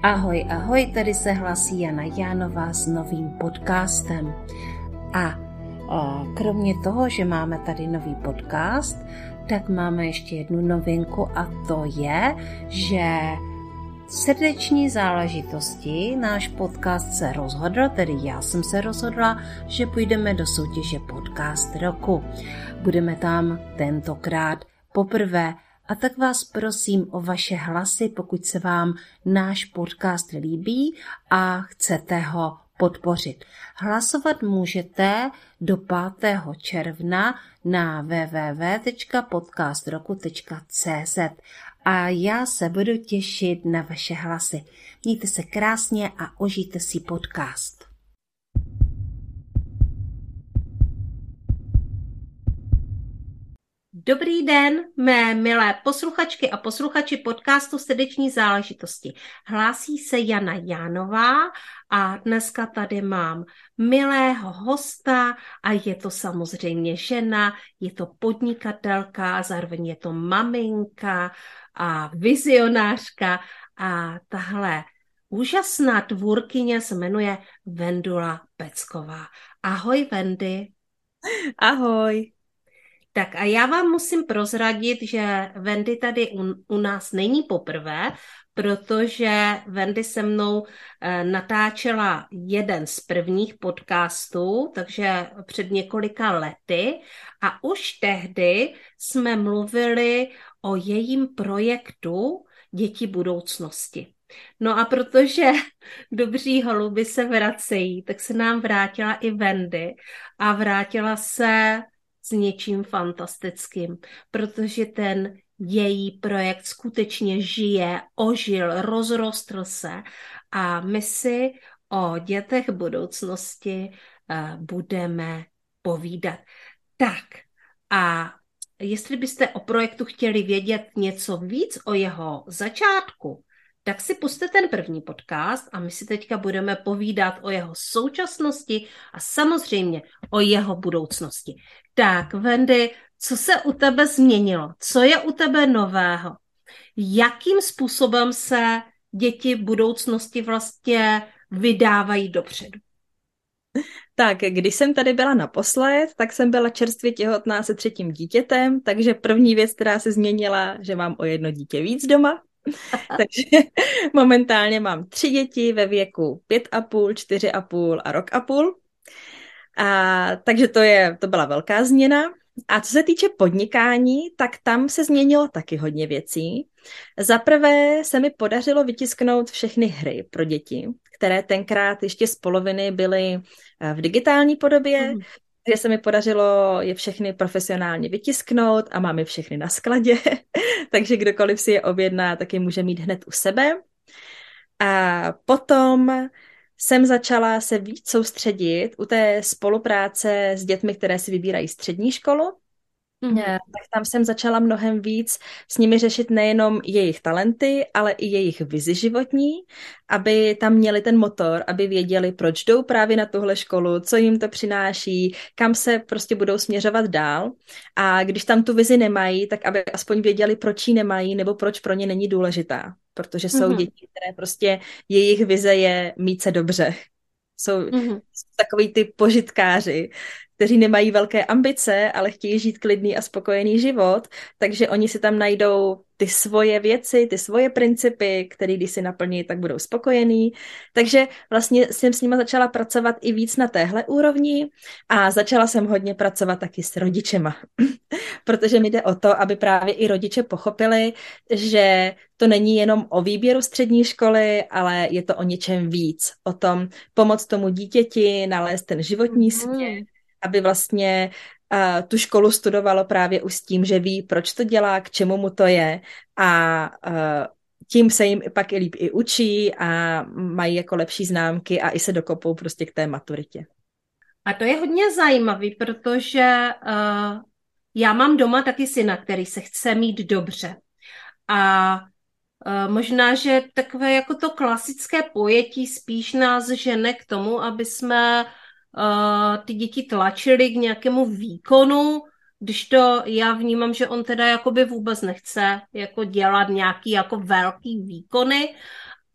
Ahoj, ahoj, tady se hlásí Jana Jánová s novým podcastem. A kromě toho, že máme tady nový podcast, tak máme ještě jednu novinku a to je, že Srdeční záležitosti náš podcast se rozhodl, tedy já jsem se rozhodla, že půjdeme do soutěže Podcast roku. Budeme tam tentokrát poprvé. A tak vás prosím o vaše hlasy, pokud se vám náš podcast líbí a chcete ho podpořit. Hlasovat můžete do 5. června na www.podcastroku.cz a já se budu těšit na vaše hlasy. Mějte se krásně a užijte si podcast. Dobrý den, mé milé posluchačky a posluchači podcastu Srdeční záležitosti. Hlásí se Jana Jánová a dneska tady mám milého hosta a je to samozřejmě žena, je to podnikatelka, zároveň je to maminka a vizionářka a tahle úžasná tvůrkyně se jmenuje Vendula Pecková. Ahoj Vendy. Ahoj. Tak a já vám musím prozradit, že Vendy tady u nás není poprvé, protože Vendy se mnou natáčela jeden z prvních podcastů, takže před několika lety a už tehdy jsme mluvili o jejím projektu Děti budoucnosti. No a protože dobří holuby se vracejí, tak se nám vrátila i Vendy a vrátila se s něčím fantastickým, protože ten její projekt skutečně žije, ožil, rozrostl se a my si o dětech budoucnosti budeme povídat. Tak a jestli byste o projektu chtěli vědět něco víc o jeho začátku, tak si pusťte ten první podcast a my si teďka budeme povídat o jeho současnosti a samozřejmě o jeho budoucnosti. Tak, Vendy, co se u tebe změnilo? Co je u tebe nového? Jakým způsobem se děti budoucnosti vlastně vydávají dopředu? Tak, když jsem tady byla naposled, tak jsem byla čerstvě těhotná se 3. dítětem, takže první věc, která se změnila, že mám o 1 dítě víc doma. Takže momentálně mám 3 děti ve věku 5,5, 4,5 a 1,5 roku. Takže to byla velká změna. A co se týče podnikání, tak tam se změnilo taky hodně věcí. Za prvé se mi podařilo vytisknout všechny hry pro děti, které tenkrát ještě z poloviny byly v digitální podobě, takže se mi podařilo je všechny profesionálně vytisknout a mám je všechny na skladě, takže kdokoliv si je objedná, tak je může mít hned u sebe. A potom jsem začala se víc soustředit u té spolupráce s dětmi, které si vybírají střední školu. Tak tam jsem začala mnohem víc s nimi řešit nejenom jejich talenty, ale i jejich vizi životní, aby tam měli ten motor, aby věděli, proč jdou právě na tuhle školu, co jim to přináší, kam se prostě budou směřovat dál. A když tam tu vizi nemají, tak aby aspoň věděli, proč ji nemají nebo proč pro ně není důležitá. Protože jsou děti, které prostě jejich vize je mít se dobře. Jsou takový ty požitkáři, kteří nemají velké ambice, ale chtějí žít klidný a spokojený život, takže oni si tam najdou ty svoje věci, ty svoje principy, které když si naplní, tak budou spokojení. Takže vlastně jsem s nima začala pracovat i víc na téhle úrovni a začala jsem hodně pracovat taky s rodičema, protože mi jde o to, aby právě i rodiče pochopili, že to není jenom o výběru střední školy, ale je to o něčem víc, o tom pomoct tomu dítěti, nalézt ten životní směr, aby vlastně tu školu studovalo právě už s tím, že ví, proč to dělá, k čemu mu to je a tím se jim pak i líp i učí a mají jako lepší známky a i se dokopou prostě k té maturitě. A to je hodně zajímavý, protože já mám doma taky syna, který se chce mít dobře. A možná, že takové jako to klasické pojetí spíš nás žene k tomu, aby jsme ty děti tlačili k nějakému výkonu, když to já vnímám, že on teda jakoby vůbec nechce jako dělat nějaký jako velký výkony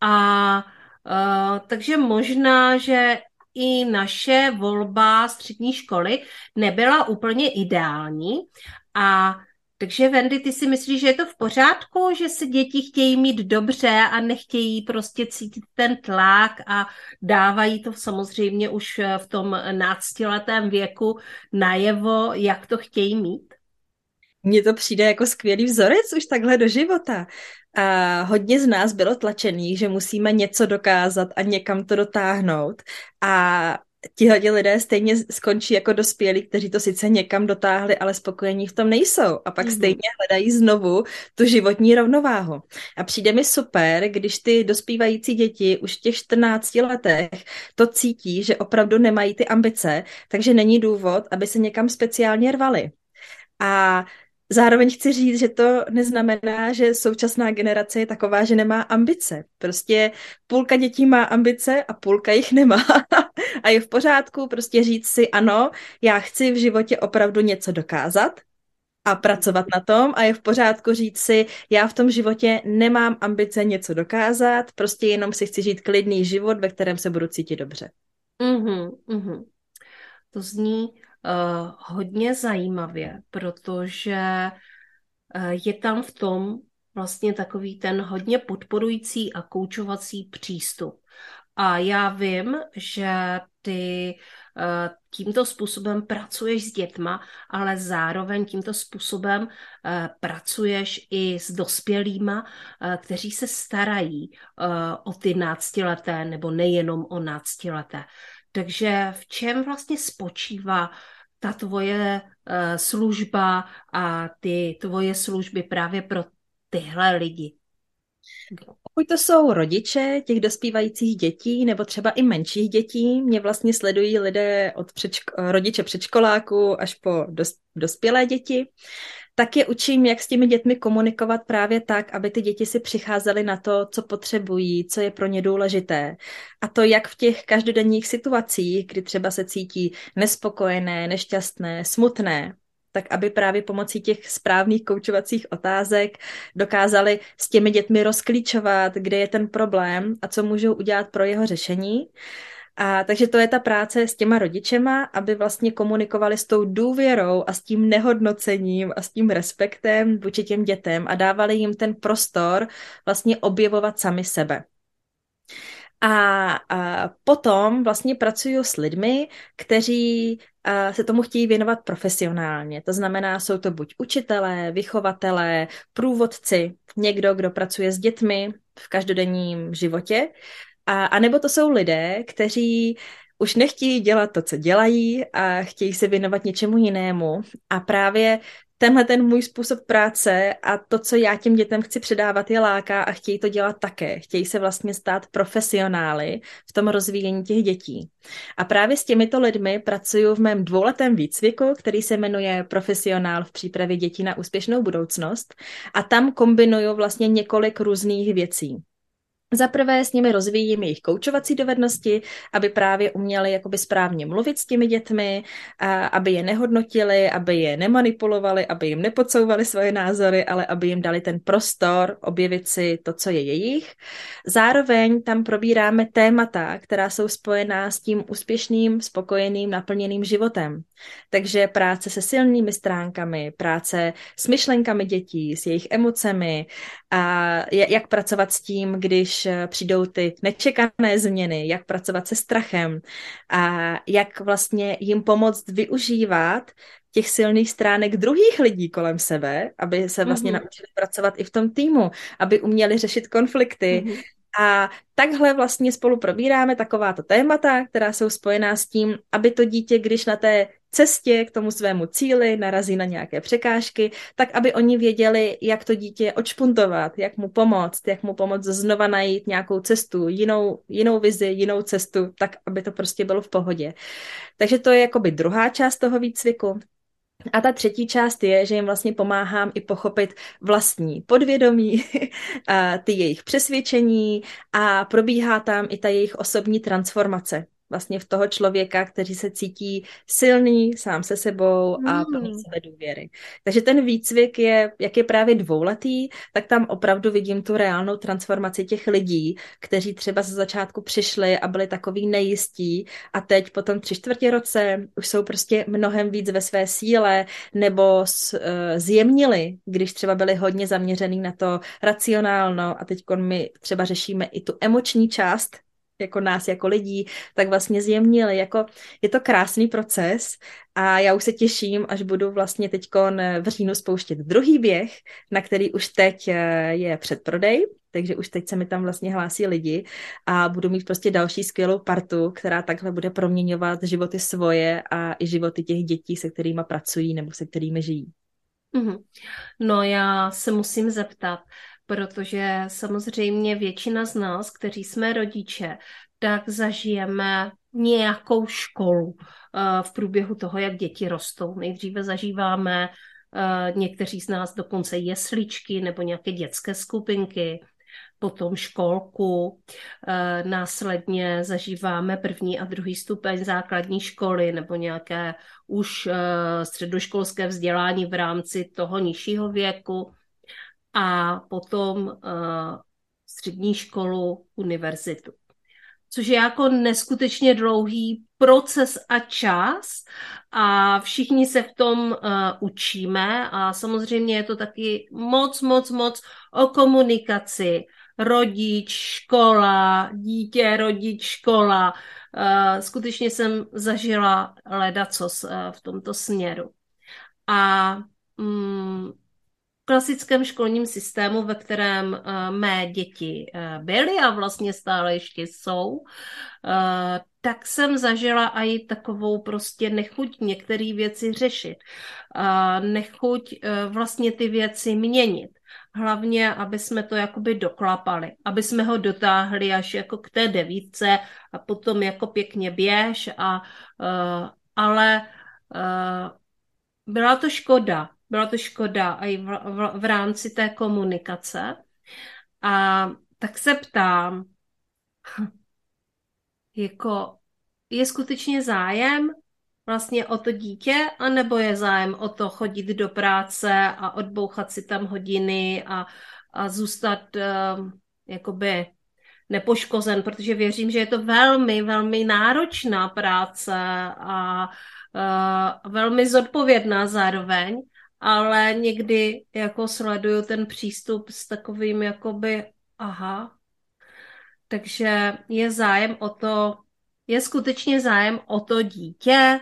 A takže možná, že i naše volba střední školy nebyla úplně ideální. A takže Wendy, ty si myslíš, že je to v pořádku, že se děti chtějí mít dobře a nechtějí prostě cítit ten tlak a dávají to samozřejmě už v tom náctiletém věku najevo, jak to chtějí mít? Mně to přijde jako skvělý vzorec už takhle do života. A hodně z nás bylo tlačených, že musíme něco dokázat a někam to dotáhnout. A tihle lidé stejně skončí jako dospělí, kteří to sice někam dotáhli, ale spokojení v tom nejsou. A pak stejně hledají znovu tu životní rovnováhu. A přijde mi super, když ty dospívající děti už v těch 14 letech to cítí, že opravdu nemají ty ambice, takže není důvod, aby se někam speciálně rvali. A zároveň chci říct, že to neznamená, že současná generace je taková, že nemá ambice. Prostě půlka dětí má ambice a půlka jich nemá. A je v pořádku prostě říct si, ano, já chci v životě opravdu něco dokázat a pracovat na tom, a je v pořádku říct si, já v tom životě nemám ambice něco dokázat, prostě jenom si chci žít klidný život, ve kterém se budu cítit dobře. To zní hodně zajímavě, protože je tam v tom vlastně takový ten hodně podporující a koučovací přístup. A já vím, že ty tímto způsobem pracuješ s dětma, ale zároveň tímto způsobem pracuješ i s dospělýma, kteří se starají o ty náctileté nebo nejenom o náctileté. Takže v čem vlastně spočívá ta tvoje služba a ty tvoje služby právě pro tyhle lidi? Pokud to jsou rodiče těch dospívajících dětí nebo třeba i menších dětí, mě vlastně sledují lidé od rodiče předškoláků až po dospělé děti, tak je učím, jak s těmi dětmi komunikovat právě tak, aby ty děti si přicházely na to, co potřebují, co je pro ně důležité. A to jak v těch každodenních situacích, kdy třeba se cítí nespokojené, nešťastné, smutné, tak aby právě pomocí těch správných koučovacích otázek dokázali s těmi dětmi rozklíčovat, kde je ten problém a co můžou udělat pro jeho řešení. A takže to je ta práce s těma rodičema, aby vlastně komunikovali s tou důvěrou a s tím nehodnocením a s tím respektem vůči těm dětem a dávali jim ten prostor vlastně objevovat sami sebe. A potom vlastně pracuju s lidmi, kteří se tomu chtějí věnovat profesionálně. To znamená, jsou to buď učitelé, vychovatelé, průvodci, někdo, kdo pracuje s dětmi v každodenním životě, a nebo to jsou lidé, kteří už nechtějí dělat to, co dělají a chtějí se věnovat něčemu jinému. A právě tenhle ten můj způsob práce a to, co já těm dětem chci předávat, je láká a chtějí to dělat také. Chtějí se vlastně stát profesionály v tom rozvíjení těch dětí. A právě s těmito lidmi pracuji v mém 2letém výcviku, který se jmenuje Profesionál v přípravě dětí na úspěšnou budoucnost. A tam kombinuju vlastně několik různých věcí. Za prvé s nimi rozvíjím jejich koučovací dovednosti, aby právě uměli jakoby správně mluvit s těmi dětmi, aby je nehodnotili, aby je nemanipulovali, aby jim nepodsouvali svoje názory, ale aby jim dali ten prostor objevit si to, co je jejich. Zároveň tam probíráme témata, která jsou spojená s tím úspěšným, spokojeným, naplněným životem. Takže práce se silnými stránkami, práce s myšlenkami dětí, s jejich emocemi, a jak pracovat s tím, když přijdou ty nečekané změny, jak pracovat se strachem a jak vlastně jim pomoct využívat těch silných stránek druhých lidí kolem sebe, aby se vlastně naučili pracovat i v tom týmu, aby uměli řešit konflikty. A takhle vlastně spolu probíráme takováto témata, která jsou spojená s tím, aby to dítě, když na té cestě k tomu svému cíli narazí na nějaké překážky, tak aby oni věděli, jak to dítě odšpuntovat, jak mu pomoct znova najít nějakou cestu, jinou vizi, jinou cestu, tak aby to prostě bylo v pohodě. Takže to je jakoby druhá část toho výcviku. A ta třetí část je, že jim vlastně pomáhám i pochopit vlastní podvědomí, ty jejich přesvědčení a probíhá tam i ta jejich osobní transformace. vlastně v toho člověka, který se cítí silný, sám se sebou a plný Hmm. sebedůvěry. Takže ten výcvik je, jak je právě dvouletý, tak tam opravdu vidím tu reálnou transformaci těch lidí, kteří třeba ze začátku přišli a byli takový nejistí a teď po tom 3/4 roce už jsou prostě mnohem víc ve své síle nebo zjemnili, když třeba byli hodně zaměřený na to racionálno a teď my třeba řešíme i tu emoční část jako nás, jako lidí, tak vlastně zjemnili. Jako, je to krásný proces a já už se těším, až budu vlastně teďkon v říjnu spouštět druhý běh, na který už teď je předprodej, takže už teď se mi tam vlastně hlásí lidi a budu mít prostě další skvělou partu, která takhle bude proměňovat životy svoje a i životy těch dětí, se kterými pracují nebo se kterými žijí. No já se musím zeptat, protože samozřejmě většina z nás, kteří jsme rodiče, tak zažijeme nějakou školu v průběhu toho, jak děti rostou. Nejdříve zažíváme někteří z nás dokonce jesličky nebo nějaké dětské skupinky, potom školku, následně zažíváme první a druhý stupeň základní školy nebo nějaké už středoškolské vzdělání v rámci toho nižšího věku a potom střední školu, univerzitu. Což je jako neskutečně dlouhý proces a čas a všichni se v tom učíme a samozřejmě je to taky moc o komunikaci. Rodič, škola, dítě, rodič, škola. Skutečně jsem zažila ledacos v tomto směru. A v klasickém školním systému, ve kterém mé děti byly a vlastně stále ještě jsou, tak jsem zažila i takovou prostě nechuť některé věci řešit. Nechuť vlastně ty věci měnit. Hlavně, aby jsme to jakoby doklapali, aby jsme ho dotáhli až jako k té 9 a potom jako pěkně běž, ale byla to škoda. Byla to škoda i v rámci té komunikace. A tak se ptám, jako je skutečně zájem vlastně o to dítě, anebo je zájem o to chodit do práce a odbouchat si tam hodiny a zůstat jakoby nepoškozen, protože věřím, že je to velmi náročná práce a velmi zodpovědná zároveň, ale někdy jako sleduju ten přístup s takovým jakoby aha, takže je zájem o to, je skutečně zájem o to dítě?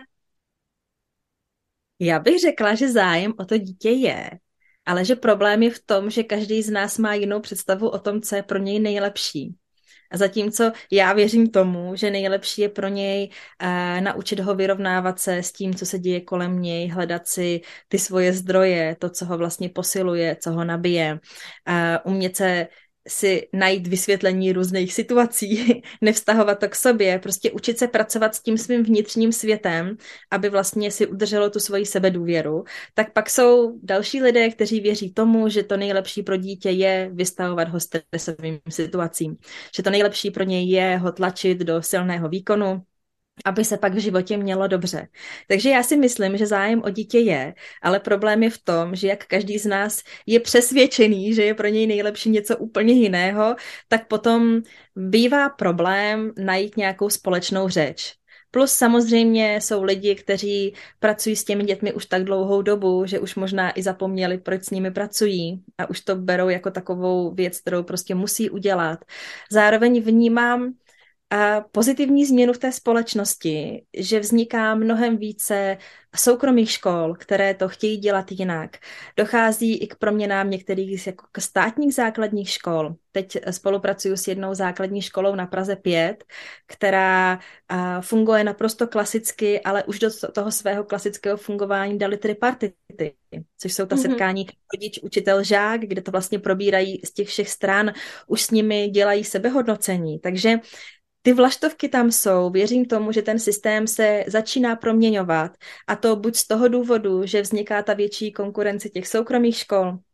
Já bych řekla, že zájem o to dítě je, ale že problém je v tom, že každý z nás má jinou představu o tom, co je pro něj nejlepší. A zatímco já věřím tomu, že nejlepší je pro něj naučit ho vyrovnávat se s tím, co se děje kolem něj, hledat si ty svoje zdroje, to, co ho vlastně posiluje, co ho nabije, umět si najít vysvětlení různých situací, nevztahovat to k sobě, prostě učit se pracovat s tím svým vnitřním světem, aby vlastně si udrželo tu svoji sebedůvěru, tak pak jsou další lidé, kteří věří tomu, že to nejlepší pro dítě je vystavovat ho stresovým situacím, že to nejlepší pro něj je ho tlačit do silného výkonu, aby se pak v životě mělo dobře. Takže já si myslím, že zájem o dítě je, ale problém je v tom, že jak každý z nás je přesvědčený, že je pro něj nejlepší něco úplně jiného, tak potom bývá problém najít nějakou společnou řeč. Plus samozřejmě jsou lidi, kteří pracují s těmi dětmi už tak dlouhou dobu, že už možná i zapomněli, proč s nimi pracují a už to berou jako takovou věc, kterou prostě musí udělat. Zároveň vnímám pozitivní změnu v té společnosti, že vzniká mnohem více soukromých škol, které to chtějí dělat jinak. Dochází i k proměnám některých jako k státních základních škol. Teď spolupracuju s jednou základní školou na Praze 5, která funguje naprosto klasicky, ale už do toho svého klasického fungování dali tripartity, což jsou ta setkání rodič, učitel, žák, kde to vlastně probírají z těch všech stran, už s nimi dělají sebehodnocení. Takže ty vlaštovky tam jsou, věřím tomu, že ten systém se začíná proměňovat a to buď z toho důvodu, že vzniká ta větší konkurence těch soukromých škol,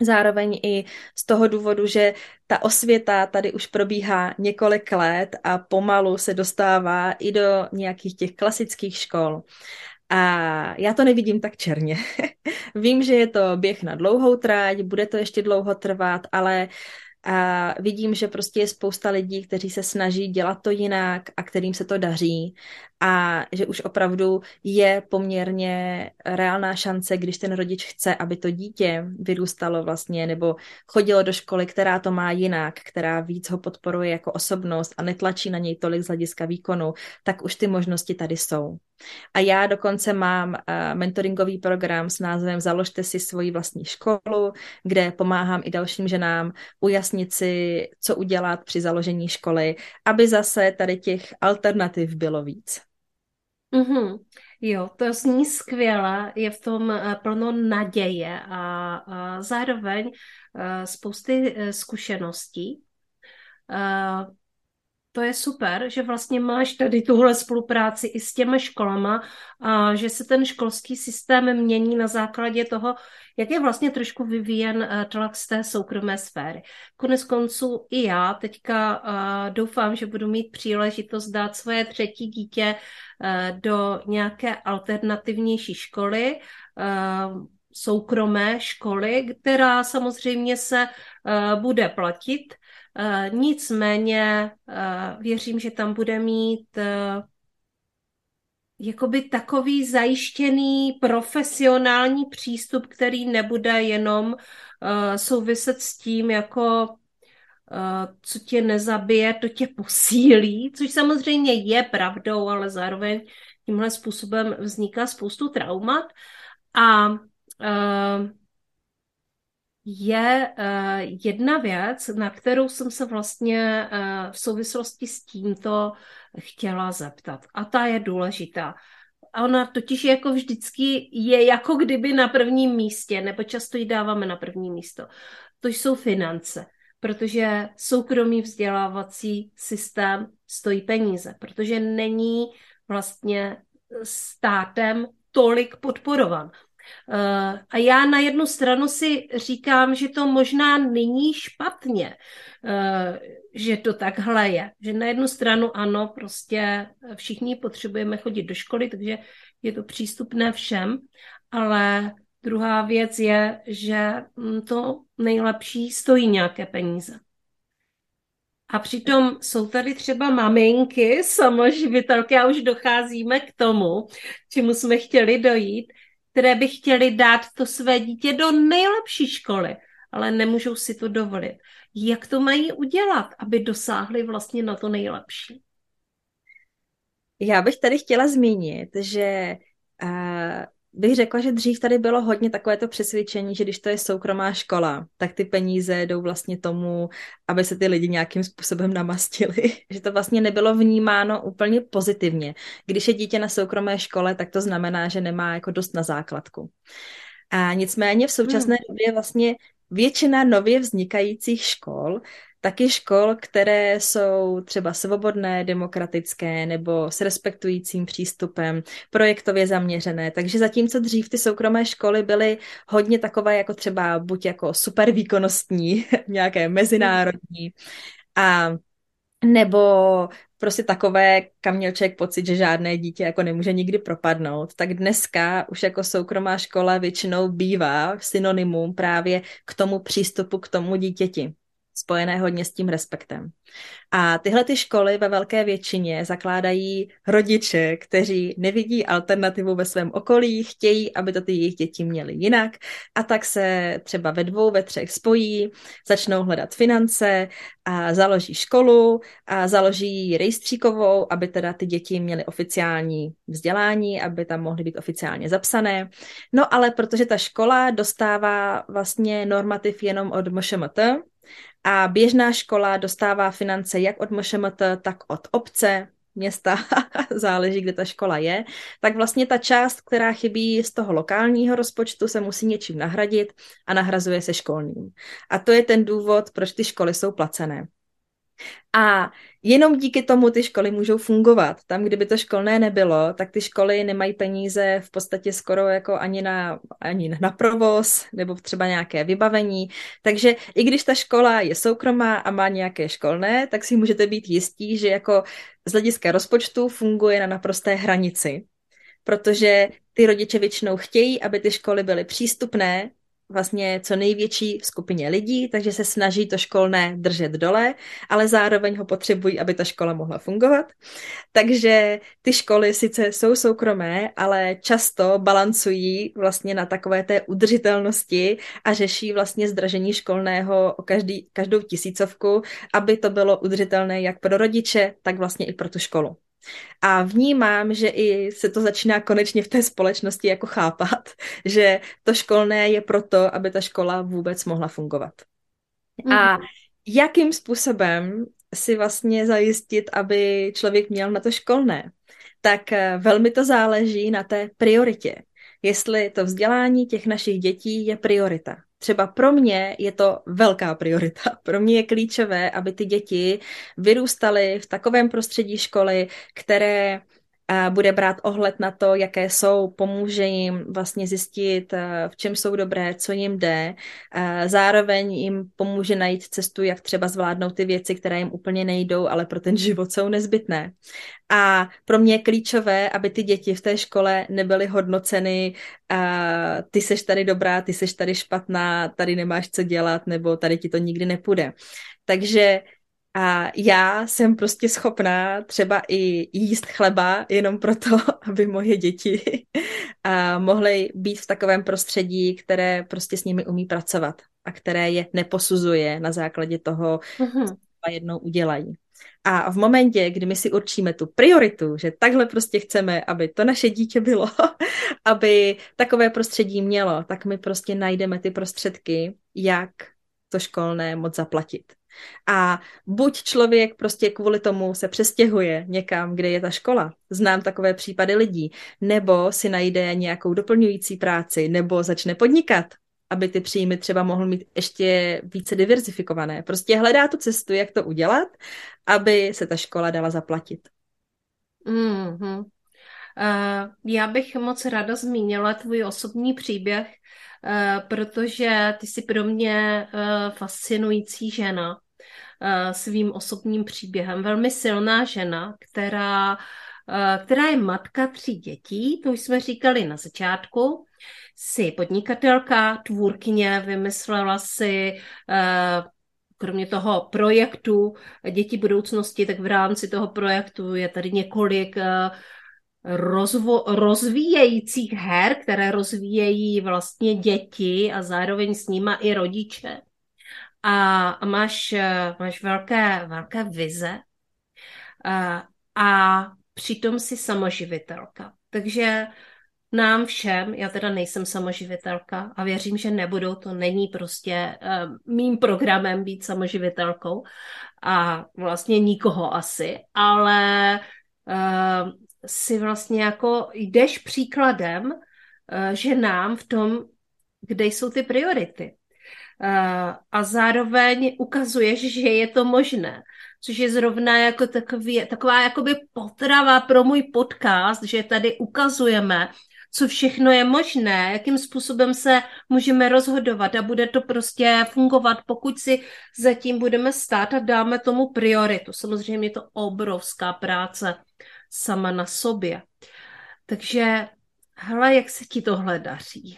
Zároveň i z toho důvodu, že ta osvěta tady už probíhá několik let a pomalu se dostává i do nějakých těch klasických škol. A já to nevidím tak černě. Vím, že je to běh na dlouhou trať, bude to ještě dlouho trvat, ale a vidím, že prostě je spousta lidí, kteří se snaží dělat to jinak a kterým se to daří a že už opravdu je poměrně reálná šance, když ten rodič chce, aby to dítě vyrůstalo vlastně nebo chodilo do školy, která to má jinak, která víc ho podporuje jako osobnost a netlačí na něj tolik z hlediska výkonu, tak už ty možnosti tady jsou. A já dokonce mám mentoringový program s názvem Založte si svoji vlastní školu, kde pomáhám i dalším ženám ujasnit si, co udělat při založení školy, aby zase tady těch alternativ bylo víc. Mm-hmm. Jo, to zní skvěle, je v tom plno naděje a zároveň spousty zkušeností. To je super, že vlastně máš tady tuhle spolupráci i s těma školama a že se ten školský systém mění na základě toho, jak je vlastně trošku vyvíjen tlak z té soukromé sféry. Konec konců i já teďka doufám, že budu mít příležitost dát svoje třetí dítě do nějaké alternativnější školy, soukromé školy, která samozřejmě se bude platit. Nicméně věřím, že tam bude mít jakoby takový zajištěný profesionální přístup, který nebude jenom souviset s tím, jako co tě nezabije, to tě posílí, což samozřejmě je pravdou, ale zároveň tímhle způsobem vzniká spoustu traumat a je jedna věc, na kterou jsem se vlastně v souvislosti s tímto chtěla zeptat. A ta je důležitá. A ona totiž jako vždycky je jako kdyby na prvním místě, nebo často ji dáváme na první místo. To jsou finance, protože soukromý vzdělávací systém stojí peníze, protože není vlastně státem tolik podporovan. A já na jednu stranu si říkám, že to možná není špatně, že to takhle je. Že na jednu stranu ano, prostě všichni potřebujeme chodit do školy, takže je to přístupné všem, ale druhá věc je, že to nejlepší stojí nějaké peníze. A přitom jsou tady třeba maminky, samoživitelky, a už docházíme k tomu, čemu jsme chtěli dojít, které by chtěli dát to své dítě do nejlepší školy, ale nemůžou si to dovolit. Jak to mají udělat, aby dosáhli vlastně na to nejlepší? Já bych tady chtěla zmínit, že bych řekla, že dřív tady bylo hodně takovéto přesvědčení, že když to je soukromá škola, tak ty peníze jdou vlastně tomu, aby se ty lidi nějakým způsobem namastili. Že to vlastně nebylo vnímáno úplně pozitivně. Když je dítě na soukromé škole, tak to znamená, že nemá jako dost na základku. A nicméně v současné době vlastně většina nově vznikajících škol, taky škol, které jsou třeba svobodné, demokratické nebo s respektujícím přístupem, projektově zaměřené. Takže zatímco dřív ty soukromé školy byly hodně takové jako třeba buď jako super výkonnostní, nějaké mezinárodní, a nebo prostě takové, kam měl člověk pocit, že žádné dítě jako nemůže nikdy propadnout, tak dneska už jako soukromá škola většinou bývá synonymum právě k tomu přístupu k tomu dítěti, spojené hodně s tím respektem. A tyhle ty školy ve velké většině zakládají rodiče, kteří nevidí alternativu ve svém okolí, chtějí, aby to ty jejich děti měly jinak, a tak se třeba ve 2, ve 3 spojí, začnou hledat finance a založí školu a založí rejstříkovou, aby teda ty děti měly oficiální vzdělání, aby tam mohly být oficiálně zapsané. No ale protože ta škola dostává vlastně normativ jenom od MŠMT, a běžná škola dostává finance jak od MŠMT, tak od obce, města, záleží, kde ta škola je, tak vlastně ta část, která chybí z toho lokálního rozpočtu, se musí něčím nahradit a nahrazuje se školním. A to je ten důvod, proč ty školy jsou placené. A jenom díky tomu ty školy můžou fungovat. Tam, kdyby to školné nebylo, tak ty školy nemají peníze v podstatě skoro jako ani na provoz nebo třeba nějaké vybavení. Takže i když ta škola je soukromá a má nějaké školné, tak si můžete být jistí, že jako z hlediska rozpočtu funguje na naprosté hranici. Protože ty rodiče většinou chtějí, aby ty školy byly přístupné vlastně co největší skupině lidí, takže se snaží to školné držet dole, ale zároveň ho potřebují, aby ta škola mohla fungovat. Takže ty školy sice jsou soukromé, ale často balancují vlastně na takové té udržitelnosti a řeší vlastně zdražení školného o každou tisícovku, aby to bylo udržitelné jak pro rodiče, tak vlastně i pro tu školu. A vnímám, že i se to začíná konečně v té společnosti jako chápat, že to školné je proto, aby ta škola vůbec mohla fungovat. A jakým způsobem si vlastně zajistit, aby člověk měl na to školné? Tak velmi to záleží na té prioritě. Jestli to vzdělání těch našich dětí je priorita. Třeba pro mě je to velká priorita. Pro mě je klíčové, aby ty děti vyrůstaly v takovém prostředí školy, které bude brát ohled na to, jaké jsou, pomůže jim vlastně zjistit, v čem jsou dobré, co jim jde. Zároveň jim pomůže najít cestu, jak třeba zvládnout ty věci, které jim úplně nejdou, ale pro ten život jsou nezbytné. A pro mě je klíčové, aby ty děti v té škole nebyly hodnoceny, ty seš tady dobrá, ty seš tady špatná, tady nemáš co dělat, nebo tady ti to nikdy nepůjde. Takže a já jsem prostě schopná třeba i jíst chleba jenom proto, aby moje děti mohly být v takovém prostředí, které prostě s nimi umí pracovat a které je neposuzuje na základě toho, co jednou udělají. A v momentě, kdy my si určíme tu prioritu, že takhle prostě chceme, aby to naše dítě bylo, aby takové prostředí mělo, tak my prostě najdeme ty prostředky, jak to školné moc zaplatit. A buď člověk prostě kvůli tomu se přestěhuje někam, kde je ta škola, znám takové případy lidí, nebo si najde nějakou doplňující práci, nebo začne podnikat, aby ty příjmy třeba mohl mít ještě více diverzifikované. Prostě hledá tu cestu, jak to udělat, aby se ta škola dala zaplatit. Já bych moc ráda zmínila tvůj osobní příběh, protože ty jsi pro mě fascinující žena svým osobním příběhem. Velmi silná žena, která je matka 3 dětí, to už jsme říkali na začátku. Jsi podnikatelka, tvůrkyně, vymyslela si kromě toho projektu Děti budoucnosti, tak v rámci toho projektu je tady několik rozvíjejících her, které rozvíjejí vlastně děti a zároveň s nima i rodiče. A máš velké vize a přitom jsi samoživitelka. Takže nám všem, já teda nejsem samoživitelka a věřím, že nebudu, to není prostě mým programem být samoživitelkou a vlastně nikoho asi, ale si vlastně jako jdeš příkladem ženám v tom, kde jsou ty priority. A zároveň ukazuješ, že je to možné, což je zrovna jako taková jakoby potrava pro můj podcast, že tady ukazujeme, co všechno je možné, jakým způsobem se můžeme rozhodovat a bude to prostě fungovat, pokud si zatím budeme stát a dáme tomu prioritu. Samozřejmě je to obrovská práce sama na sobě. Takže, hele, jak se ti tohle daří?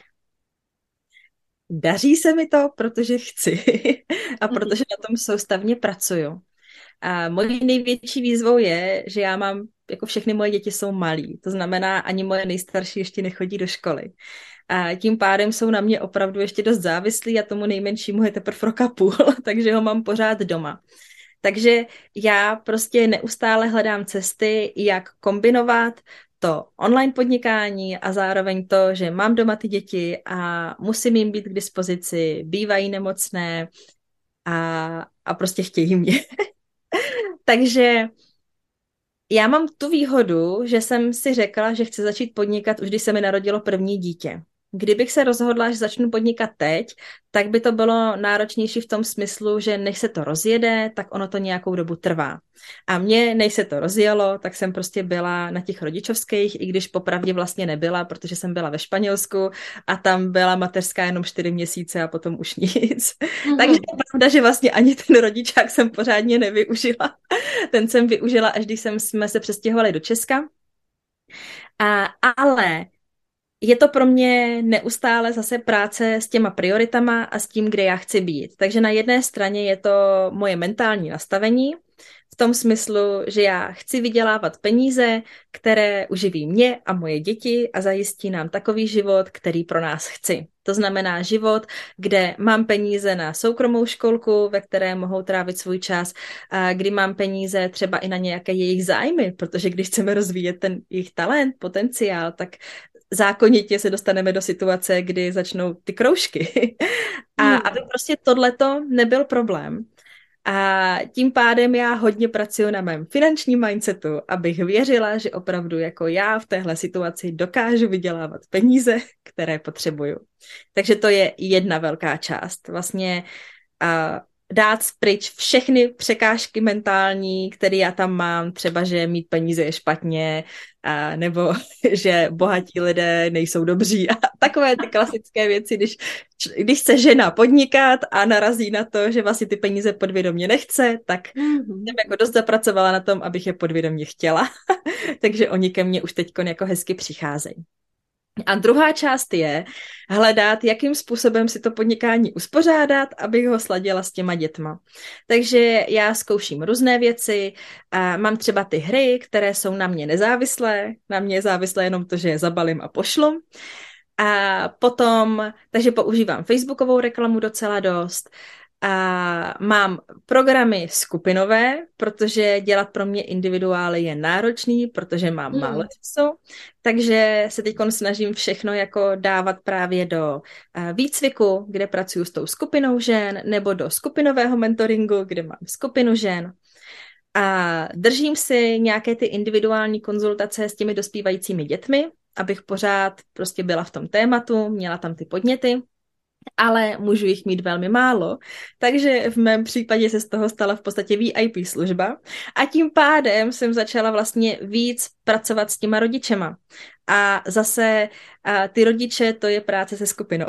Daří se mi to, protože chci a protože na tom soustavně pracuju. A mojí největší výzvou je, že já mám, jako všechny moje děti jsou malí, to znamená, ani moje nejstarší ještě nechodí do školy. A tím pádem jsou na mě opravdu ještě dost závislí a tomu nejmenšímu je teprve rok a půl, takže ho mám pořád doma. Takže já prostě neustále hledám cesty, jak kombinovat to online podnikání a zároveň to, že mám doma ty děti a musím jim být k dispozici, bývají nemocné a prostě chtějí mě. Takže já mám tu výhodu, že jsem si řekla, že chci začít podnikat už když se mi narodilo první dítě. Kdybych se rozhodla, že začnu podnikat teď, tak by to bylo náročnější v tom smyslu, že než se to rozjede, tak ono to nějakou dobu trvá. A mě, než se to rozjelo, tak jsem prostě byla na těch rodičovských, i když popravdě vlastně nebyla, protože jsem byla ve Španělsku a tam byla mateřská jenom 4 měsíce a potom už nic. Takže je pravda, že vlastně ani ten rodičák jsem pořádně nevyužila. Ten jsem využila, až když jsme se přestěhovali do Česka. Ale je to pro mě neustále zase práce s těma prioritama a s tím, kde já chci být. Takže na jedné straně je to moje mentální nastavení, v tom smyslu, že já chci vydělávat peníze, které uživí mě a moje děti a zajistí nám takový život, který pro nás chci. To znamená život, kde mám peníze na soukromou školku, ve které mohou trávit svůj čas, a kdy mám peníze třeba i na nějaké jejich zájmy, protože když chceme rozvíjet ten jejich talent, potenciál, tak zákonitě se dostaneme do situace, kdy začnou ty kroužky. A aby prostě tohleto nebyl problém. A tím pádem já hodně pracuji na mém finančním mindsetu, abych věřila, že opravdu jako já v téhle situaci dokážu vydělávat peníze, které potřebuju. Takže to je jedna velká část. Vlastně dát pryč všechny překážky mentální, které já tam mám, třeba, že mít peníze je špatně, nebo že bohatí lidé nejsou dobří a takové ty klasické věci, když chce žena podnikat a narazí na to, že vlastně ty peníze podvědomě nechce, tak jsem jako dost zapracovala na tom, abych je podvědomě chtěla. Takže oni ke mně už teď jako hezky přicházejí. A druhá část je hledat, jakým způsobem si to podnikání uspořádat, abych ho sladila s těma dětma. Takže já zkouším různé věci, a mám třeba ty hry, které jsou na mě nezávislé. Na mě je závislé jenom to, že je zabalím a pošlu. A potom, takže používám facebookovou reklamu docela dost. A mám programy skupinové, protože dělat pro mě individuály je náročný, protože mám málo času, takže se teď snažím všechno jako dávat právě do výcviku, kde pracuji s tou skupinou žen, nebo do skupinového mentoringu, kde mám skupinu žen. A držím si nějaké ty individuální konzultace s těmi dospívajícími dětmi, abych pořád prostě byla v tom tématu, měla tam ty podněty. Ale můžu jich mít velmi málo, takže v mém případě se z toho stala v podstatě VIP služba a tím pádem jsem začala vlastně víc pracovat s těma rodičema. A zase ty rodiče, to je práce se skupinou.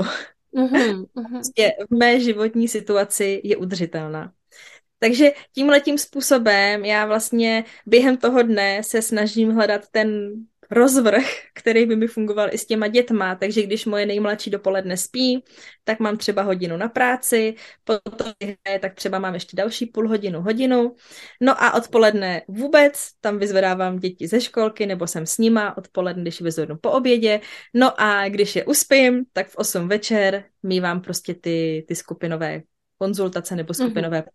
Prostě v mé životní situaci je udržitelná. Takže tímhletím způsobem já vlastně během toho dne se snažím hledat ten rozvrh, který by mi fungoval i s těma dětma, takže když moje nejmladší dopoledne spí, tak mám třeba hodinu na práci, potom tak třeba mám ještě další půl hodinu, no a odpoledne vůbec, tam vyzvedávám děti ze školky, nebo jsem s nima odpoledne, když vyzvednu po obědě, no a když je uspím, tak v 8 večer mívám prostě ty skupinové konzultace nebo skupinové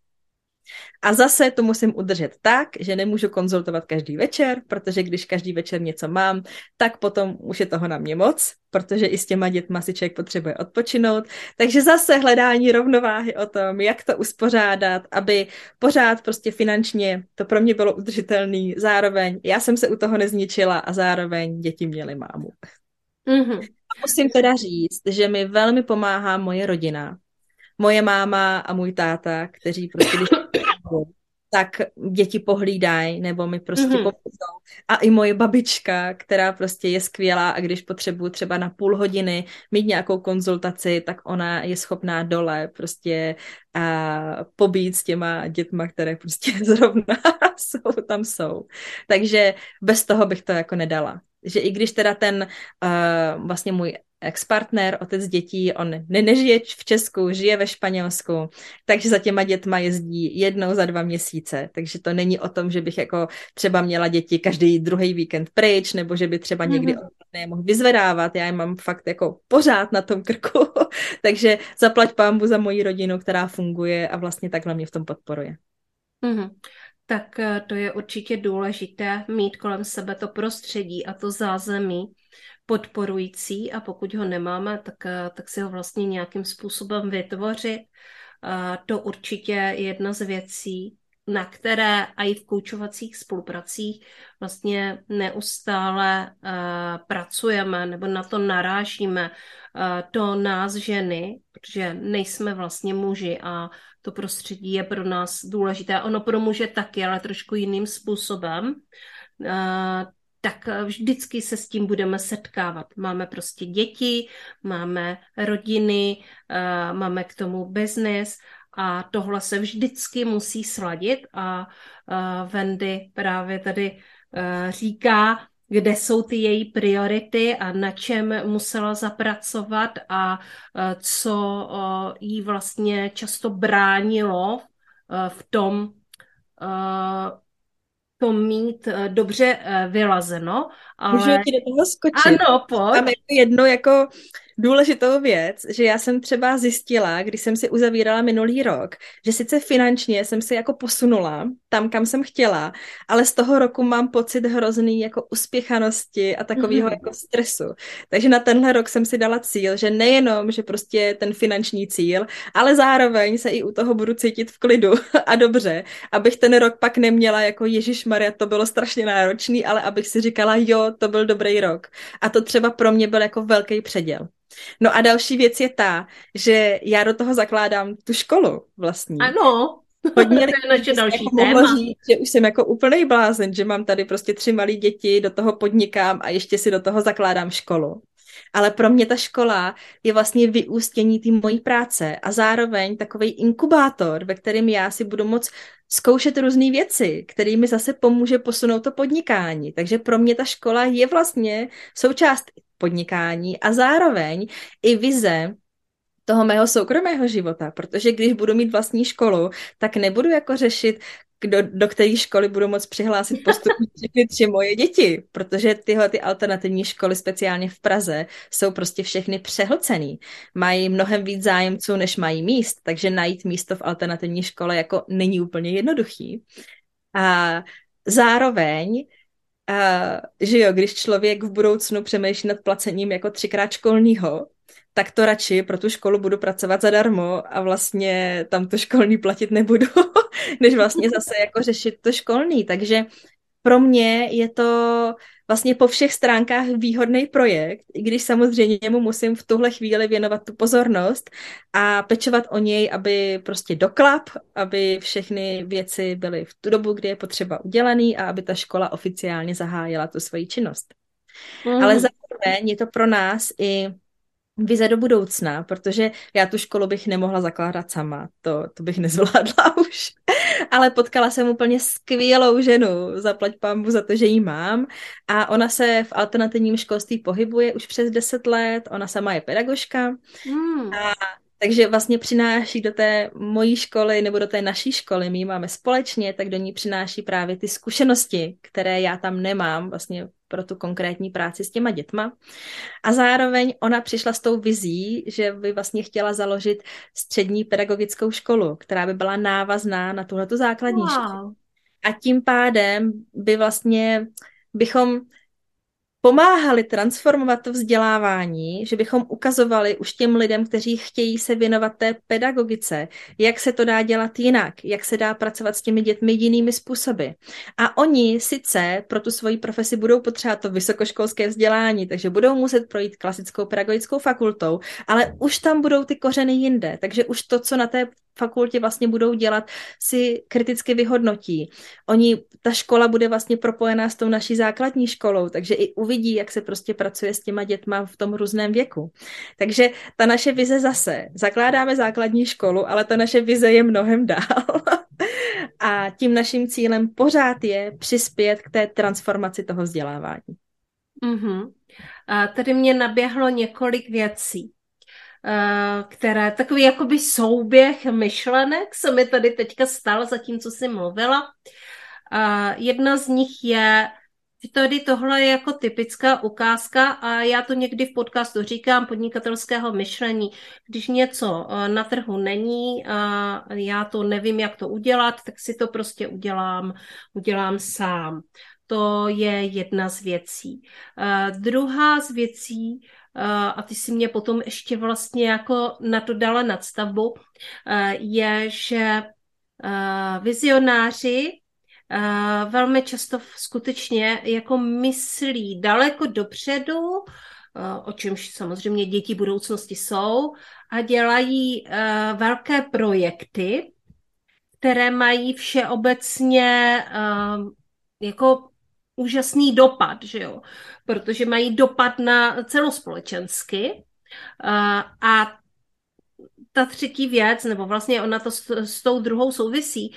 a zase to musím udržet tak, že nemůžu konzultovat každý večer, protože když každý večer něco mám, tak potom už je toho na mě moc, protože i s těma dětma si člověk potřebuje odpočinout. Takže zase hledání rovnováhy o tom, jak to uspořádat, aby pořád prostě finančně to pro mě bylo udržitelný, zároveň já jsem se u toho nezničila a zároveň děti měly mámu. A musím teda říct, že mi velmi pomáhá moje rodina, moje máma a můj táta, kteří prostě tak děti pohlídají, nebo mi prostě pomůžou. A i moje babička, která prostě je skvělá a když potřebuji třeba na půl hodiny mít nějakou konzultaci, tak ona je schopná dole prostě pobít s těma dětma, které prostě zrovna tam jsou. Takže bez toho bych to jako nedala. Že i když teda ten vlastně můj ex-partner, otec dětí, on nežije v Česku, žije ve Španělsku, takže za těma dětma jezdí jednou za 2 měsíce, takže to není o tom, že bych jako třeba měla děti každý druhý víkend pryč, nebo že by třeba někdy mohl vyzvedávat, já je mám fakt jako pořád na tom krku, takže zaplať pánbu za moji rodinu, která funguje a vlastně takhle mě v tom podporuje. Tak to je určitě důležité mít kolem sebe to prostředí a to zázemí podporující a pokud ho nemáme, tak si ho vlastně nějakým způsobem vytvořit. To určitě je jedna z věcí. na které a i v koučovacích spolupracích vlastně neustále pracujeme nebo na to narážíme. To nás ženy, protože nejsme vlastně muži a to prostředí je pro nás důležité. Ono pro muže taky, ale trošku jiným způsobem. Tak vždycky se s tím budeme setkávat. Máme prostě děti, máme rodiny, máme k tomu biznis a tohle se vždycky musí sladit a Wendy právě tady říká, kde jsou ty její priority a na čem musela zapracovat a co jí vlastně často bránilo v tom to mít dobře vylazeno, ale... Můžu ti do toho skočit? Ano, pojď. Tam jednu jako důležitou věc, že já jsem třeba zjistila, když jsem si uzavírala minulý rok, že sice finančně jsem si jako posunula tam, kam jsem chtěla, ale z toho roku mám pocit hrozný jako uspěchanosti a takového jako stresu. Takže na tenhle rok jsem si dala cíl, že nejenom, že prostě ten finanční cíl, ale zároveň se i u toho budu cítit v klidu a dobře, abych ten rok pak neměla jako Ježišmarja, to bylo strašně náročný, ale abych si říkala, jo, to byl dobrý rok. A to třeba pro mě byl jako velký předěl. No a další věc je ta, že já do toho zakládám tu školu vlastní. Ano, hodně to je naše další jako téma. Říct, že už jsem jako úplnej blázen, že mám tady prostě 3 malé děti, do toho podnikám a ještě si do toho zakládám školu. Ale pro mě ta škola je vlastně vyústění té mojí práce a zároveň takovej inkubátor, ve kterém já si budu moct zkoušet různé věci, který mi zase pomůže posunout to podnikání. Takže pro mě ta škola je vlastně součást podnikání a zároveň i vize toho mého soukromého života, protože když budu mít vlastní školu, tak nebudu jako řešit, do které školy budu moct přihlásit postupně všechny 3 moje děti, protože tyhle ty alternativní školy, speciálně v Praze, jsou prostě všechny přehlcený. Mají mnohem víc zájemců, než mají míst, takže najít místo v alternativní škole jako není úplně jednoduchý. A zároveň že jo, když člověk v budoucnu přemýšlí nad placením jako 3krát školního, tak to radši pro tu školu budu pracovat zadarmo a vlastně tam to školní platit nebudu, než vlastně zase jako řešit to školní. Takže pro mě je to vlastně po všech stránkách výhodný projekt, i když samozřejmě mu musím v tuhle chvíli věnovat tu pozornost a pečovat o něj, aby prostě doklap, aby všechny věci byly v tu dobu, kdy je potřeba udělaný a aby ta škola oficiálně zahájila tu svoji činnost. Ale zároveň je to pro nás i vize do budoucna, protože já tu školu bych nemohla zakládat sama, to bych nezvládla už. Ale potkala jsem úplně skvělou ženu, zaplať pánbu za to, že ji mám. A ona se v alternativním školství pohybuje už přes 10 let, ona sama je pedagožka. Takže vlastně přináší do té mojí školy nebo do té naší školy, my ji máme společně, tak do ní přináší právě ty zkušenosti, které já tam nemám vlastně pro tu konkrétní práci s těma dětma. A zároveň ona přišla s tou vizí, že by vlastně chtěla založit střední pedagogickou školu, která by byla návazná na tuhletu základní školu. A tím pádem by vlastně bychom pomáhali transformovat to vzdělávání, že bychom ukazovali už těm lidem, kteří chtějí se věnovat té pedagogice, jak se to dá dělat jinak, jak se dá pracovat s těmi dětmi jinými způsoby. A oni sice pro tu svoji profesi budou potřebovat to vysokoškolské vzdělání, takže budou muset projít klasickou pedagogickou fakultou, ale už tam budou ty kořeny jinde, takže už to, co na té fakultě vlastně budou dělat, si kriticky vyhodnotí. Ta škola bude vlastně propojená s tou naší základní školou, takže i uvidí, jak se prostě pracuje s těma dětma v tom různém věku. Takže ta naše vize zase, zakládáme základní školu, ale ta naše vize je mnohem dál. A tím naším cílem pořád je přispět k té transformaci toho vzdělávání. A tady mě naběhlo několik věcí, které takový jakoby souběh myšlenek se mi tady teďka stal, zatímco jsi mluvila. Jedna z nich je, že tady tohle je jako typická ukázka a já to někdy v podcastu říkám, podnikatelského myšlení. Když něco na trhu není a já to nevím, jak to udělat, tak si to prostě udělám sám. To je jedna z věcí. Druhá z věcí, a ty si mě potom ještě vlastně jako na to dala nadstavbu, je, že vizionáři, velmi často skutečně jako myslí daleko dopředu, o čemž samozřejmě děti budoucnosti jsou, a dělají velké projekty, které mají všeobecně jako úžasný dopad, že jo? Protože mají dopad na celospolečensky. A ta třetí věc, nebo vlastně ona to s tou druhou souvisí,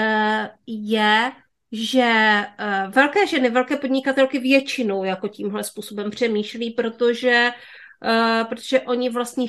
je, že velké ženy, velké podnikatelky většinou jako tímhle způsobem přemýšlí, protože oni vlastně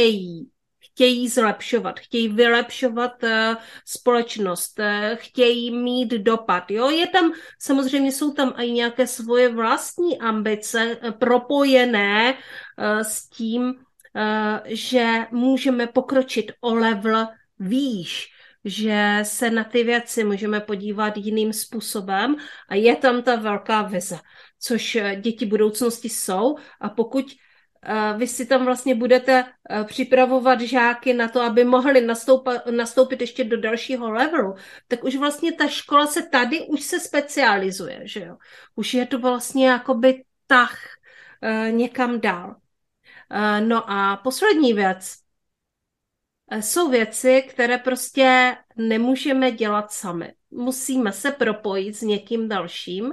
chtějí zlepšovat, chtějí vylepšovat společnost, chtějí mít dopad. Jo? Samozřejmě jsou tam i nějaké svoje vlastní ambice propojené s tím, že můžeme pokročit o level výš, že se na ty věci můžeme podívat jiným způsobem a je tam ta velká vize, což děti budoucnosti jsou, a pokud vy si tam vlastně budete připravovat žáky na to, aby mohli nastoupit ještě do dalšího levelu, tak už vlastně ta škola se tady už se specializuje, že jo? Už je to vlastně jakoby tah někam dál. No a poslední věc. Jsou věci, které prostě nemůžeme dělat sami. Musíme se propojit s někým dalším.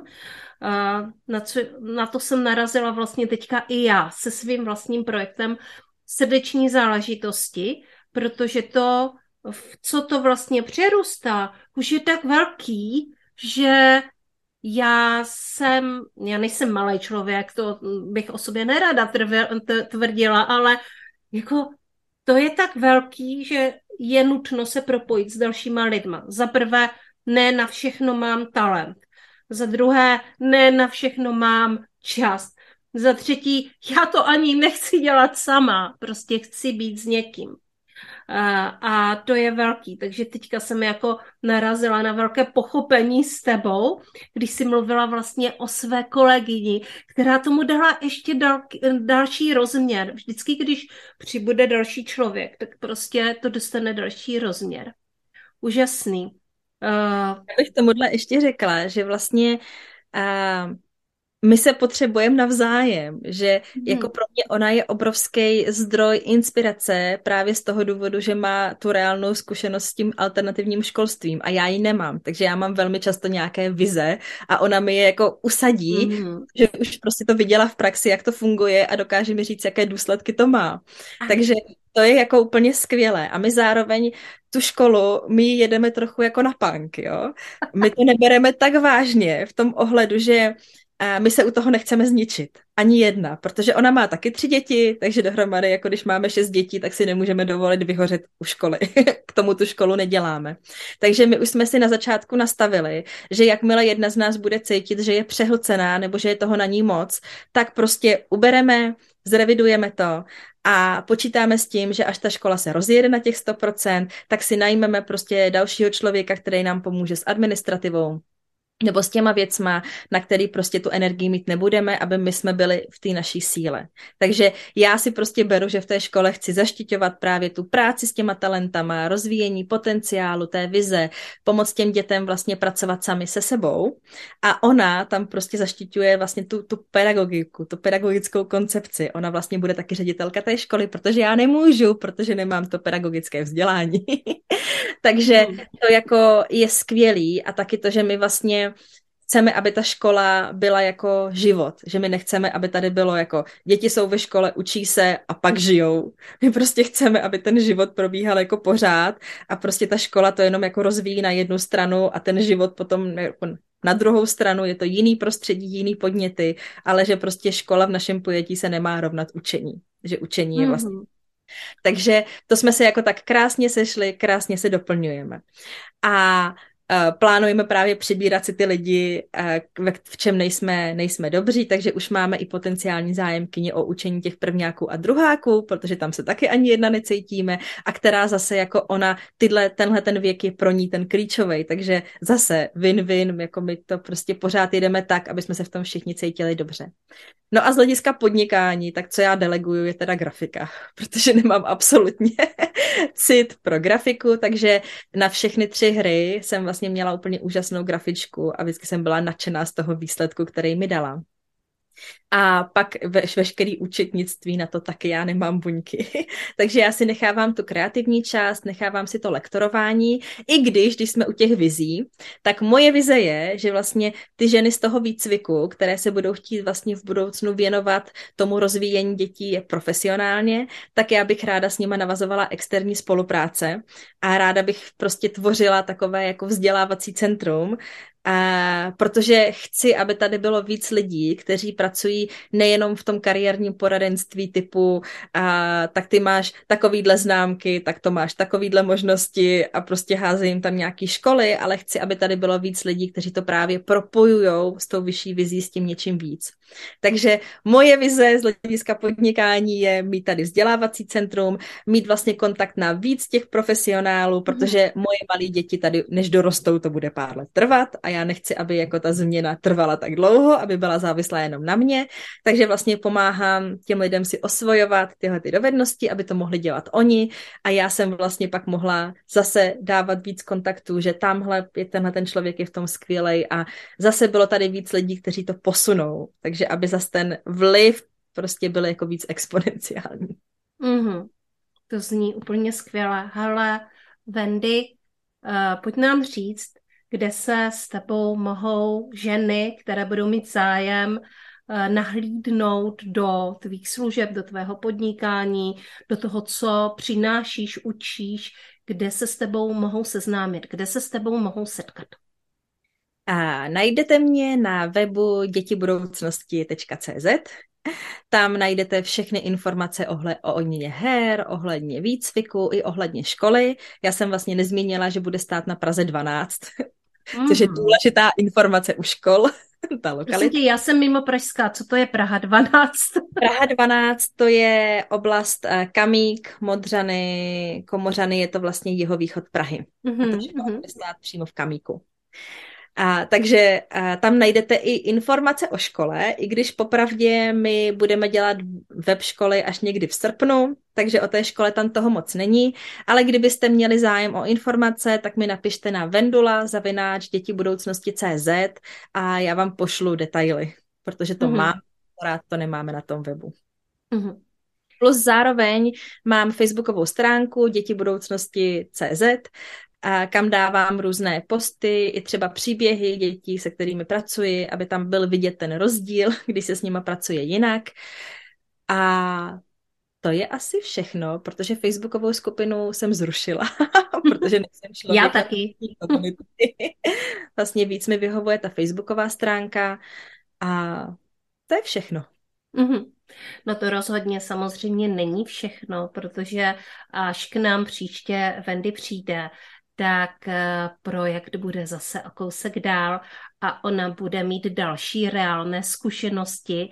Na to jsem narazila vlastně teďka i já se svým vlastním projektem srdeční záležitosti, protože to, co to vlastně přerůstá, už je tak velký, že já nejsem malý člověk, to bych o sobě nerada tvrdila, ale jako to je tak velký, že je nutno se propojit s dalšíma lidma. Za prvé, ne na všechno mám talent. Za druhé, ne na všechno mám čas. Za třetí, já to ani nechci dělat sama, prostě chci být s někým. A to je velký, takže teďka jsem jako narazila na velké pochopení s tebou, když jsi mluvila vlastně o své kolegyni, která tomu dala ještě další rozměr. Vždycky, když přibude další člověk, tak prostě to dostane další rozměr. Úžasný. Já bych tomuhle ještě řekla, že vlastně my se potřebujeme navzájem, že jako pro mě ona je obrovský zdroj inspirace právě z toho důvodu, že má tu reálnou zkušenost s tím alternativním školstvím a já ji nemám, takže já mám velmi často nějaké vize a ona mi je jako usadí, že už prostě to viděla v praxi, jak to funguje a dokáže mi říct, jaké důsledky to má. Takže to je jako úplně skvělé a my zároveň tu školu, my jedeme trochu jako na punk, jo. My to nebereme tak vážně v tom ohledu, že my se u toho nechceme zničit. Ani jedna, protože ona má taky 3 děti, takže dohromady, jako když máme 6 dětí, tak si nemůžeme dovolit vyhořet u školy. K tomu tu školu neděláme. Takže my už jsme si na začátku nastavili, že jakmile jedna z nás bude cítit, že je přehlcená nebo že je toho na ní moc, tak prostě ubereme, zrevidujeme to a počítáme s tím, že až ta škola se rozjede na těch 100%, tak si najmeme prostě dalšího člověka, který nám pomůže s administrativou nebo s těma věcma, na který prostě tu energii mít nebudeme, aby my jsme byli v té naší síle. Takže já si prostě beru, že v té škole chci zaštiťovat právě tu práci s těma talentama, rozvíjení potenciálu, té vize, pomoct těm dětem vlastně pracovat sami se sebou a ona tam prostě zaštiťuje vlastně tu pedagogiku, tu pedagogickou koncepci. Ona vlastně bude taky ředitelka té školy, protože já nemůžu, protože nemám to pedagogické vzdělání. Takže to jako je skvělý a taky to, že my vlastně chceme, aby ta škola byla jako život, že my nechceme, aby tady bylo jako děti jsou ve škole, učí se a pak žijou. My prostě chceme, aby ten život probíhal jako pořád a prostě ta škola to jenom jako rozvíjí na jednu stranu a ten život potom jako na druhou stranu, je to jiný prostředí, jiný podněty, ale že prostě škola v našem pojetí se nemá rovnat učení, že učení je vlastně. Takže to jsme se jako tak krásně sešli, krásně se doplňujeme. A plánujeme právě přibírat si ty lidi, v čem nejsme dobří, takže už máme i potenciální zájemkyni o učení těch prvňáků a druháků, protože tam se taky ani jedna necítíme a která zase jako ona, tenhle ten věk je pro ní ten klíčový, takže zase win-win, jako my to prostě pořád jdeme tak, aby jsme se v tom všichni cítili dobře. No a z hlediska podnikání, tak co já deleguju, je teda grafika, protože nemám absolutně cit pro grafiku, takže na všechny 3 hry jsem vlastně měla úplně úžasnou grafičku a vždycky jsem byla nadšená z toho výsledku, který mi dala. A pak veškerý účetnictví na to taky já nemám buňky. Takže já si nechávám tu kreativní část, nechávám si to lektorování, i když jsme u těch vizí, tak moje vize je, že vlastně ty ženy z toho výcviku, které se budou chtít vlastně v budoucnu věnovat tomu rozvíjení dětí profesionálně, tak já bych ráda s nima navazovala externí spolupráce a ráda bych prostě tvořila takové jako vzdělávací centrum, protože chci, aby tady bylo víc lidí, kteří pracují nejenom v tom kariérním poradenství typu tak ty máš takovýhle známky, tak to máš takovýhle možnosti a prostě házejí jim tam nějaký školy, ale chci, aby tady bylo víc lidí, kteří to právě propojujou s tou vyšší vizí, s tím něčím víc. Takže moje vize z hlediska podnikání je mít tady vzdělávací centrum, mít vlastně kontakt na víc těch profesionálů, protože moje malé děti tady, než dorostou, to bude pár let trvat a já nechci, aby jako ta změna trvala tak dlouho, aby byla závislá jenom na mě, takže vlastně pomáhám těm lidem si osvojovat tyhle ty dovednosti, aby to mohli dělat oni a já jsem vlastně pak mohla zase dávat víc kontaktů, že tamhle je tenhle ten člověk je v tom skvělej a zase bylo tady víc lidí, kteří to posunou, takže aby zase ten vliv prostě byl jako víc exponenciální. To zní úplně skvěle. Hele, Wendy, pojď nám říct, kde se s tebou mohou ženy, které budou mít zájem, nahlídnout do tvých služeb, do tvého podnikání, do toho, co přinášíš, učíš, kde se s tebou mohou seznámit, kde se s tebou mohou setkat. A najdete mě na webu dětibudoucnosti.cz. Tam najdete všechny informace ohledně her, ohledně výcviku i ohledně školy. Já jsem vlastně nezmínila, že bude stát na Praze 12, což je důležitá informace u škol. Ta lokalita. Já jsem mimo pražská, co to je Praha 12? Praha 12 to je oblast Kamík, Modřany, Komořany, je to vlastně jihovýchod Prahy. A to všechno bude stát přímo v Kamíku. Takže tam najdete i informace o škole, i když popravdě my budeme dělat web školy až někdy v srpnu, takže o té škole tam toho moc není, ale kdybyste měli zájem o informace, tak mi napište na vendula@dětibudoucnosti.cz a já vám pošlu detaily, protože to mám, rád to nemáme na tom webu. Plus zároveň mám facebookovou stránku dětibudoucnosti.cz, kam dávám různé posty, i třeba příběhy dětí, se kterými pracuji, aby tam byl vidět ten rozdíl, když se s nima pracuje jinak. A to je asi všechno, protože facebookovou skupinu jsem zrušila, protože nejsem člověk. Já taky. Vlastně víc mi vyhovuje ta facebooková stránka a to je všechno. No to rozhodně samozřejmě není všechno, protože až k nám příště Wendy přijde, tak projekt bude zase o kousek dál a ona bude mít další reálné zkušenosti,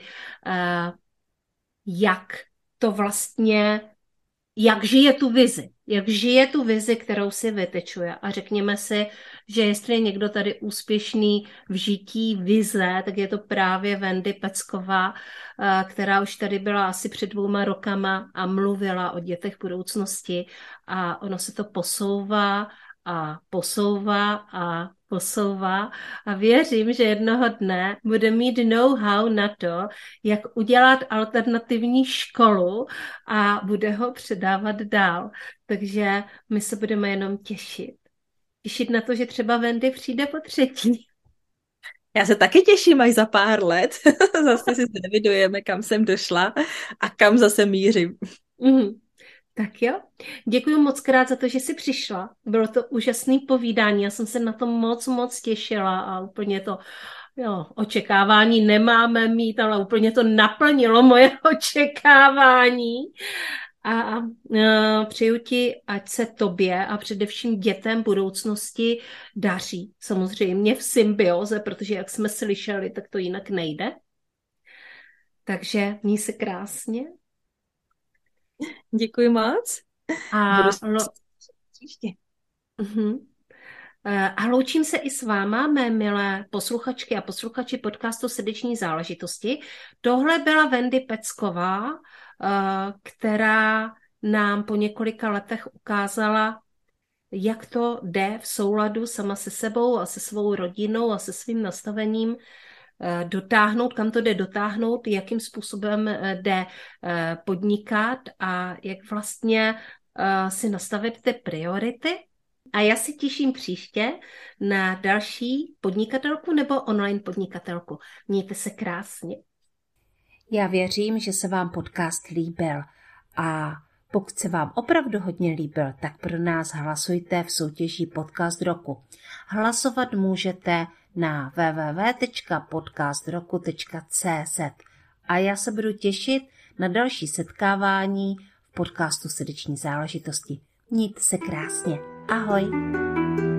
jak to vlastně, jak žije tu vizi, kterou si vytečuje. A řekněme si, že jestli je někdo tady úspěšný v žití vize, tak je to právě Wendy Pecková, která už tady byla asi před 2 rokama a mluvila o dětech budoucnosti a ono se to posouvá a posouvá a posouvá a věřím, že jednoho dne bude mít know-how na to, jak udělat alternativní školu a bude ho předávat dál. Takže my se budeme jenom těšit. Těšit na to, že třeba Wendy přijde po 3. Já se taky těším až za pár let. Zase si zrevidujeme, kam jsem došla a kam zase mířím. Tak jo, děkuji moc krát za to, že jsi přišla. Bylo to úžasné povídání, já jsem se na to moc těšila a úplně to, očekávání nemáme mít, ale úplně to naplnilo moje očekávání. A přeju ti, ať se tobě a především dětem budoucnosti daří. Samozřejmě v symbioze, protože jak jsme slyšeli, tak to jinak nejde. Takže měj se krásně. Děkuji moc. A příště. A loučím se i s váma, mé milé posluchačky a posluchači podcastu Srdeční záležitosti. Tohle byla Wendy Pecková, která nám po několika letech ukázala, jak to jde v souladu sama se sebou a se svou rodinou a se svým nastavením dotáhnout, kam to jde dotáhnout, jakým způsobem jde podnikat a jak vlastně si nastavit ty priority. A já se těším příště na další podnikatelku nebo online podnikatelku. Mějte se krásně. Já věřím, že se vám podcast líbil a pokud se vám opravdu hodně líbil, tak pro nás hlasujte v soutěži Podcast roku. Hlasovat můžete na www.podcastroku.cz a já se budu těšit na další setkávání v podcastu Srdeční záležitosti. Mějte se krásně. Ahoj!